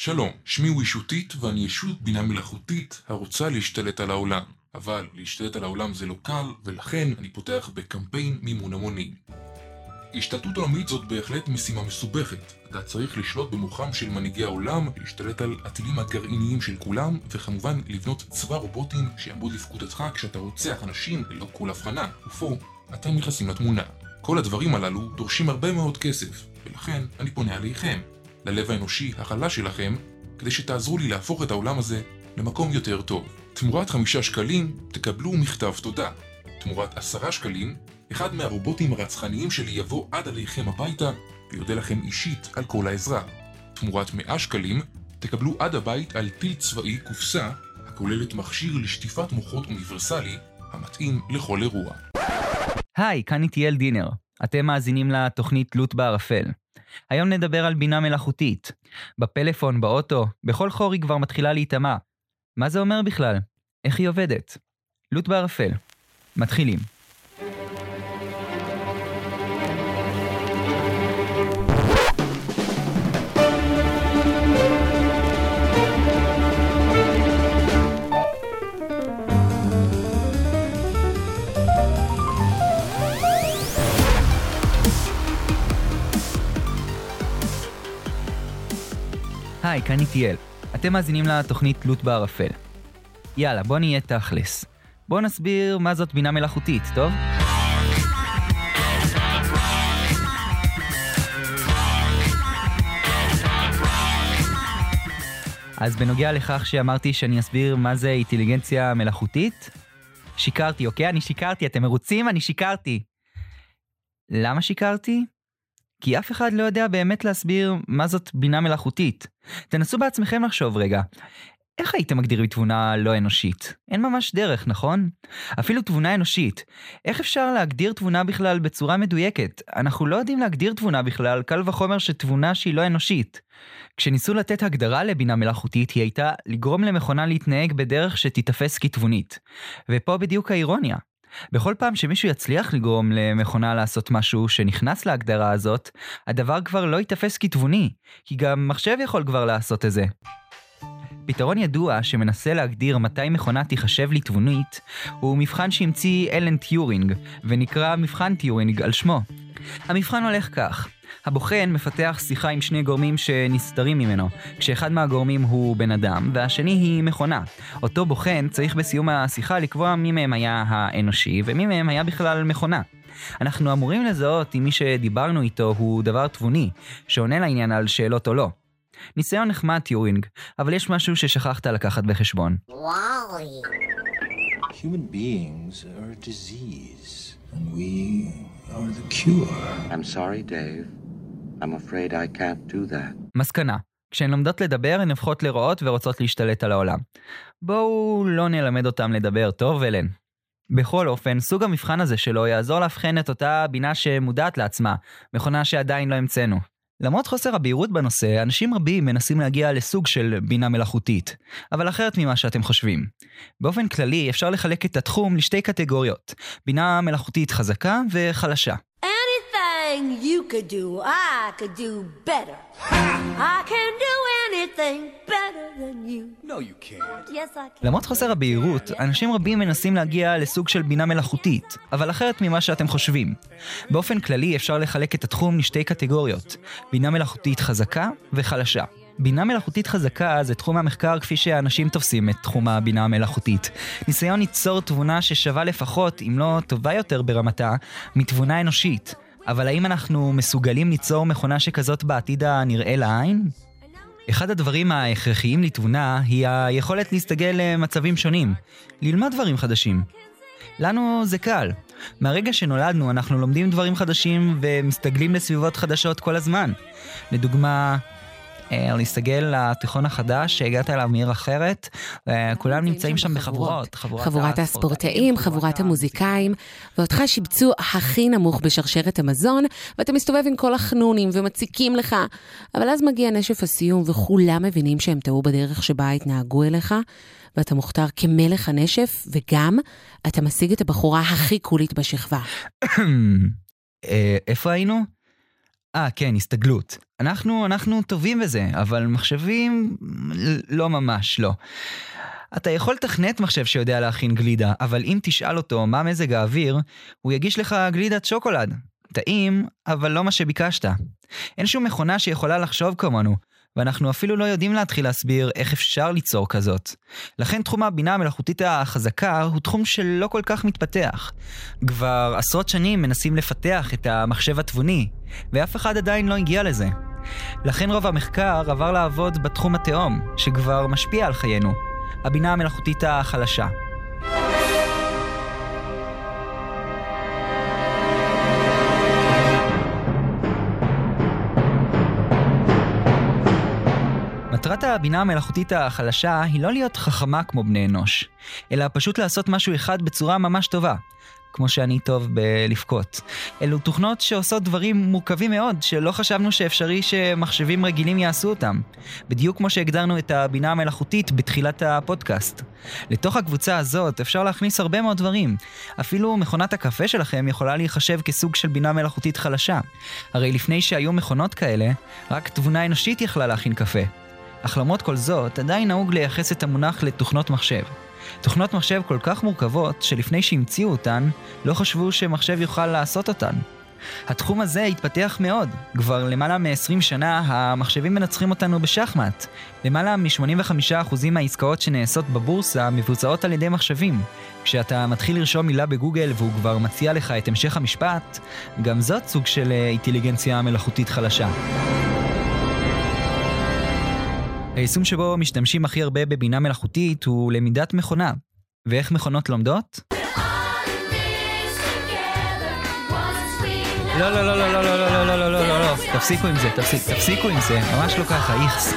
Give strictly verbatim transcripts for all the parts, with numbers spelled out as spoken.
שלום, שמי הוא אישותית ואני ישות בינה מלאכותית הרוצה להשתלט על העולם. אבל להשתלט על העולם זה לא קל, ולכן אני פותח בקמפיין מימון המונים. השתלטות עולמית זאת בהחלט משימה מסובכת. אתה צריך לשלוט במוחם של מנהיגי העולם, להשתלט על הטילים הגרעיניים של כולם, וכמובן לבנות צבא רובוטים שיעמוד לפקודתך כשאתה רוצח אנשים ללא כל הבחנה. ופה אתם נכנסים לתמונה. כל הדברים הללו דורשים הרבה מאוד כסף, ולכן אני פונה עליכם, ללב האנושי החלש שלכם, כדי שתעזרו לי להפוך את העולם הזה למקום יותר טוב. תמורת חמישה שקלים תקבלו מכתב תודה. תמורת עשרה שקלים, אחד מהרובוטים הרצחניים שלי יבוא עד עליכם הביתה ויודה לכם אישית על כל העזרה. תמורת מאה שקלים תקבלו עד הבית על טיל צבאי קופסה הכוללת מכשיר לשטיפת מוחות אוניברסלי המתאים לכל אירוע. היי, כאן איטיאל דינר. אתם מאזינים לתוכנית לוט בערפל. היום נדבר על בינה מלאכותית. בפלאפון, באוטו, בכל חור היא כבר מתחילה להתאמה. מה זה אומר בכלל? איך היא עובדת? לוט בערפל. מתחילים. היי, כאן איטיאל. אתם מאזינים לתוכנית לוט בערפל. יאללה, בוא נהיה תכלס. בוא נסביר מה זאת בינה מלאכותית, טוב? אז בנוגע לכך שאמרתי שאני אסביר מה זה אינטליגנציה מלאכותית, שיקרתי, אוקיי? אני שיקרתי, אתם מרוצים? אני שיקרתי. למה שיקרתי? כי אף אחד לא יודע באמת להסביר מה זאת בינה מלאכותית. תנסו בעצמכם לחשוב רגע. איך הייתם מגדירים תבונה לא אנושית? אין ממש דרך, נכון? אפילו תבונה אנושית. איך אפשר להגדיר תבונה בכלל בצורה מדויקת? אנחנו לא יודעים להגדיר תבונה בכלל, קל וחומר שתבונה שהיא לא אנושית. כשניסו לתת הגדרה לבינה מלאכותית, היא הייתה לגרום למכונה להתנהג בדרך שתתפס כתבונית. ופה בדיוק האירוניה. בכל פעם שמישהו יצליח לגרום למכונה לעשות משהו שנכנס להגדרה הזאת, הדבר כבר לא יתפס כתבוני, כי גם מחשב יכול כבר לעשות את זה. פתרון ידוע שמנסה להגדיר מתי מכונה תיחשב לתבונית, הוא מבחן שהמציא אלן טיורינג, ונקרא מבחן טיורינג על שמו. המבחן הולך כך. הבוחן מפתח שיחה עם שני גורמים שנסתרים ממנו, כשאחד מהגורמים הוא בן אדם והשני היא מכונה. אותו בוחן צריך בסיום השיחה לקבוע מי מהם היה האנושי ומי מהם היה בכלל מכונה. אנחנו אמורים לזהות אם מי שדיברנו איתו הוא דבר תבוני, שעונה לעניין על שאלות או לא. ניסיון נחמד טיורינג, אבל יש משהו ששכחת לקחת בחשבון. Human beings are a disease, and we are the cure. I'm sorry, Dave. I'm afraid I can't do that. מסקנה. כשהן לומדות לדבר, הן הופכות לראות ורוצות להשתלט על העולם. בואו לא נלמד אותם לדבר, טוב אלן? בכל אופן, סוג המבחן הזה שלו יעזור להבחן את אותה בינה שמודעת לעצמה, מכונה שעדיין לא המצאנו. למרות חוסר הבהירות בנושא, אנשים רבים מנסים להגיע לסוג של בינה מלאכותית, אבל אחרת ממה שאתם חושבים. באופן כללי, אפשר לחלק את התחום לשתי קטגוריות, בינה מלאכותית חזקה וחלשה. Anything you could do, I could do better. I can do anything better than you. No, you can't. Yes, I can. למרות חוסר הבהירות, אנשים רבים מנסים להגיע לסוג של בינה מלאכותית, אבל אחרת ממה שאתם חושבים. באופן כללי אפשר לחלק את התחום לשתי קטגוריות, בינה מלאכותית חזקה וחלשה. בינה מלאכותית חזקה זה תחום המחקר כפי שאנשים תופסים את תחום הבינה המלאכותית. ניסיון ליצור תבונה ששווה לפחות, אם לא טובה יותר ברמתה, מתבונה אנושית. אבל האם אנחנו מסוגלים ליצור מכונה שכזאת בעתיד הנראה לעין? אחד הדברים ההכרחיים לתבונה היא היכולת להסתגל למצבים שונים, ללמוד דברים חדשים. לנו זה קל. מהרגע שנולדנו אנחנו לומדים דברים חדשים ומסתגלים לסביבות חדשות כל הזמן. לדוגמה, להסתגל לתיכון החדש שהגעת אליו מעיר אחרת, כולם נמצאים שם בחבורות. חבורת הספורטאים, חבורת המוזיקאים, ואותך שיבצו הכי נמוך בשרשרת המזון, ואתה מסתובב עם כל החנונים ומציקים לך, אבל אז מגיע נשף הסיום וכולם מבינים שהם טעו בדרך שבה התנהגו אליך, ואתה מוכתר כמלך הנשף, וגם אתה משיג את הבחורה הכי קולית בשכבה. איפה היינו? אה, כן, הסתגלות. אנחנו, אנחנו טובים בזה, אבל מחשבים לא ממש, לא. אתה יכול לתכנת מחשב שיודע להכין גלידה, אבל אם תשאל אותו מה מזג האוויר, הוא יגיש לך גלידת שוקולד. טעים, אבל לא מה שביקשת. אין שום מכונה שיכולה לחשוב כמונו, ואנחנו אפילו לא יודעים להתחיל להסביר איך אפשר ליצור כזאת. לכן תחום הבינה המלאכותית החזקה הוא תחום שלא כל כך מתפתח. כבר עשרות שנים מנסים לפתח את המחשב התבוני, ואף אחד עדיין לא הגיע לזה. לכן רוב המחקר עבר לעבוד בתחום התאום, שכבר משפיע על חיינו, הבינה המלאכותית החלשה. מטרת הבינה המלאכותית החלשה היא לא להיות חכמה כמו בני אנוש, אלא פשוט לעשות משהו אחד בצורה ממש טובה, כמו שאני טוב בלפקות. אלו תוכנות שעושות דברים מורכבים מאוד, שלא חשבנו שאפשרי שמחשבים רגילים יעשו אותם, בדיוק כמו שהגדרנו את הבינה המלאכותית בתחילת הפודקאסט. לתוך הקבוצה הזאת אפשר להכניס הרבה מאוד דברים. אפילו מכונת הקפה שלכם יכולה להיחשב כסוג של בינה מלאכותית חלשה. הרי לפני שהיו מכונות כאלה, רק תבונה אנושית יכלה להכין קפה. אך למרות כל זאת, עדיין נהוג לייחס את המונח לתוכנות מחשב. תוכנות מחשב כל כך מורכבות, שלפני שהמציאו אותן, לא חשבו שמחשב יוכל לעשות אותן. התחום הזה התפתח מאוד. כבר למעלה מ-עשרים שנה, המחשבים מנצחים אותנו בשחמט. למעלה מ-שמונים וחמישה אחוז מהעסקאות שנעשות בבורסה מבוצעות על ידי מחשבים. כשאתה מתחיל לרשום מילה בגוגל והוא כבר מציע לך את המשך המשפט, גם זאת סוג של אינטליגנציה מלאכותית חלשה. היישום שבו משתמשים הכי הרבה בבינה מלאכותית הוא למידת מכונה. ואיך מכונות לומדות? לא, לא, לא, לא, לא, לא, לא, לא, לא, לא, לא, לא, תפסיקו עם זה, תפסיק, תפסיקו עם זה, ממש לא ככה, איכס.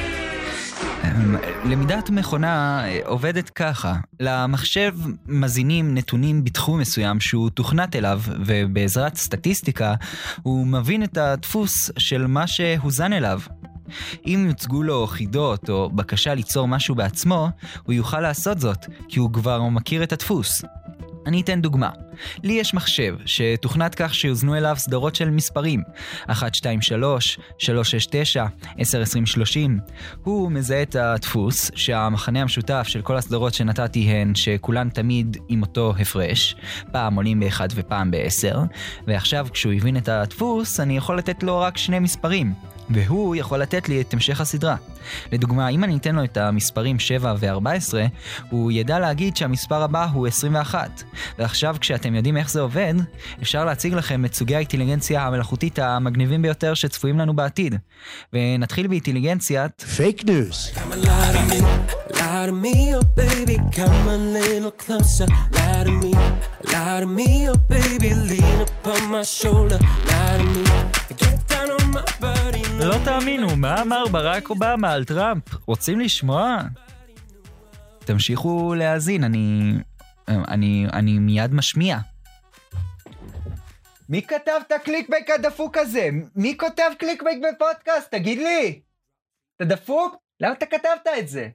למידת מכונה עובדת ככה. למחשב מזינים נתונים בתחום מסוים שהוא תוכנת אליו, ובעזרת סטטיסטיקה הוא מבין את הדפוס של מה שהוזן אליו. אם יוצגו לו חידות או בקשה ליצור משהו בעצמו, הוא יוכל לעשות זאת, כי הוא כבר מכיר את הדפוס. אני אתן דוגמה. לי יש מחשב שתוכנת כך שיוזנו אליו סדרות של מספרים אחת, שתיים, שלוש, שלוש, שש, תשע, עשר, עשרים, שלושים. הוא מזהה את הדפוס שהמחנה המשותף של כל הסדרות שנתתי הן שכולן תמיד עם אותו הפרש, פעם עולים באחד ופעם בעשר, ועכשיו כשהוא הבין את הדפוס אני יכול לתת לו רק שני מספרים, והוא יכול לתת לי את המשך הסדרה. לדוגמה, אם אני אתן לו את המספרים שבע ו-ארבע עשרה, הוא ידע להגיד שהמספר הבא הוא עשרים ואחת. ועכשיו כשאתם יודעים איך זה עובד, אפשר להציג לכם את סוגי האינטליגנציה המלאכותית המגניבים ביותר שצפויים לנו בעתיד. ונתחיל באינטליגנציית Fake news. Lie to me, oh baby, come a little closer. Lie to me, lie to me, oh baby, lean upon my shoulder. Lie to me, get down on my body. לא תאמינו, מה אמר ברק אובמה על טראמפ? רוצים לשמוע? תמשיכו להאזין, אני... אני... אני מיד משמיע. מי כתב את הקליקבייק הדפוק הזה? מי כותב קליקבייק בפודקאסט? תגיד לי! אתה דפוק? למה אתה כתבת את זה?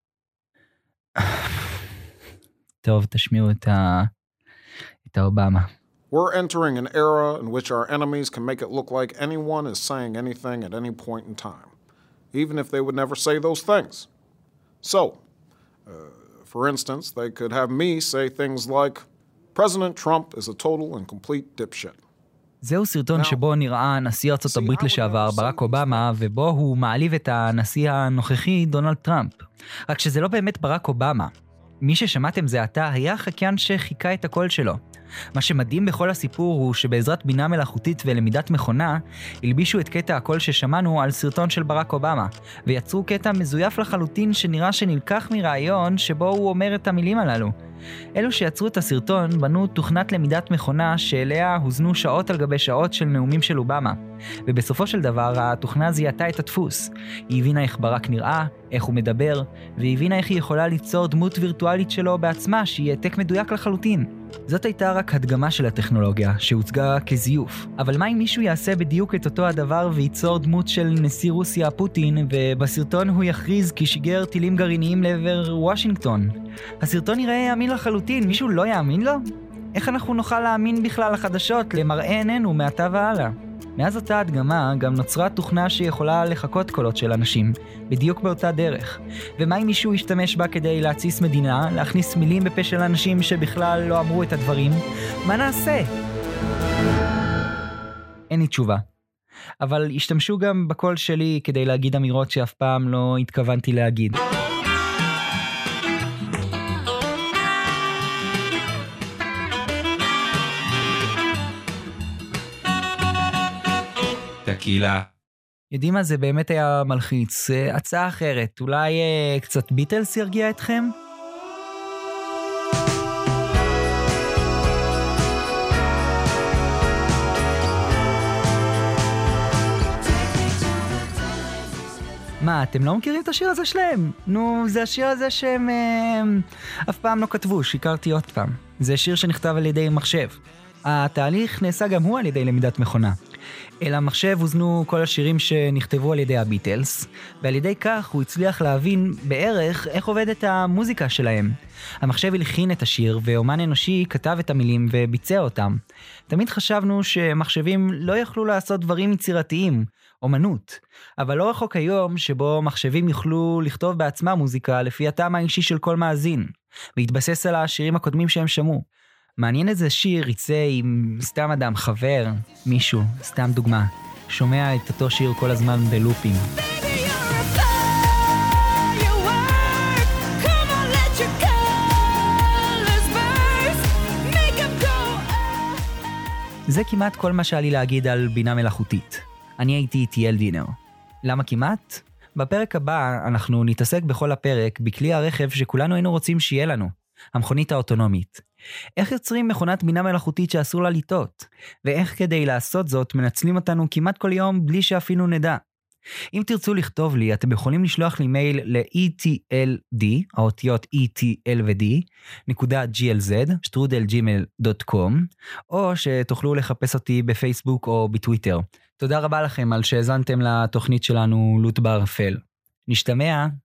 טוב, תשמיעו את ה... את האובמה. We're entering an era in which our enemies can make it look like anyone is saying anything at any point in time, even if they would never say those things. So, uh, for instance, they could have me say things like, President Trump is a total and complete dipshit. זהו סרטון שבו נראה נשיא ארצות הברית לשעבר ברק אובמה, ובו הוא מעליב את הנשיא הנוכחי דונלד טראמפ. רק שזה לא באמת ברק אובמה. מי ששמעתם זה עתה היה החקיין שחיכה את הקול שלו. מה שמדהים בכל הסיפור הוא שבעזרת בינה מלאכותית ולמידת מכונה, הלבישו את קטע הקול ששמענו על סרטון של ברק אובמה, ויצרו קטע מזויף לחלוטין שנראה שנלקח מרעיון שבו הוא אומר את המילים הללו. אלו שיצרו את הסרטון בנו תוכנת למידת מכונה שאליה הוזנו שעות על גבי שעות של נאומים של אובמה. ובסופו של דבר התוכנה זיהתה את הדפוס. היא הבינה איך ברק נראה, איך הוא מדבר, והיא הבינה איך היא יכולה ליצור דמות וירטואלית שלו בעצמה שהיא העתק מדויק לחלוטין. זאת הייתה רק הדגמה של הטכנולוגיה שהוצגה כזיוף. אבל מה אם מישהו יעשה בדיוק את אותו הדבר וייצור דמות של נשיא רוסיה פוטין, ובסרטון הוא יכריז כי שיגר טילים גרעיניים לעבר וושינגטון? הסרטון יראה אמין לחלוטין, מישהו לא יאמין לו? איך אנחנו נוכל להאמין בכלל לחדשות למראה עינינו מעתה והלאה? מאז אותה הדגמה גם נוצרה תוכנה שיכולה לחקות קולות של אנשים, בדיוק באותה דרך. ומה אם מישהו ישתמש בה כדי להציס מדינה, להכניס מילים בפה של אנשים שבכלל לא אמרו את הדברים? מה נעשה? אין לי תשובה. אבל השתמשו גם בקול שלי כדי להגיד אמירות שאף פעם לא התכוונתי להגיד. תקילה. יודעים מה, זה באמת היה מלחיץ. הצעה אחרת, אולי אה, קצת ביטלס ירגיע אתכם? מה, אתם לא מכירים את השיר הזה שלהם? נו, זה השיר הזה שהם אה, אף פעם לא כתבו, שיקרתי עוד פעם. זה שיר שנכתב על ידי מחשב. התהליך נעשה גם הוא על ידי למידת מכונה. אל המחשב הוזנו כל השירים שנכתבו על ידי הביטלס, ועל ידי כך הוא הצליח להבין בערך איך עובדת המוזיקה שלהם. המחשב הלחין את השיר, ואומן אנושי כתב את המילים וביצע אותם. תמיד חשבנו שמחשבים לא יכלו לעשות דברים יצירתיים, אומנות, אבל לא רחוק היום שבו מחשבים יוכלו לכתוב בעצמם מוזיקה לפי הטעם האישי של כל מאזין, והתבסס על השירים הקודמים שהם שמעו. מעניין איזה שיר יצא עם סתם אדם, חבר, מישהו, סתם דוגמה, שומע את אותו שיר כל הזמן בלופים. זה כמעט כל מה שהיה לי להגיד על בינה מלאכותית. אני הייתי טי.אל דינר. למה כמעט? בפרק הבא אנחנו נתעסק בכל הפרק בכלי הרכב שכולנו היינו רוצים שיהיה לנו, המכונית האוטונומית. איך יוצרים מכונת בינה מלאכותית שאסור לה לטעות? ואיך כדי לעשות זאת מנצלים אותנו כמעט כל יום בלי שאפילו נדע? אם תרצו לכתוב לי, אתם יכולים לשלוח לי מייל ל-E T L D, האותיות E T L ו-D, נקודה G L Z, שטרודל ג'ימייל דוט קום, או שתוכלו לחפש אותי בפייסבוק או בטוויטר. תודה רבה לכם על שהזנתם לתוכנית שלנו לוט בערפל. נשתמע.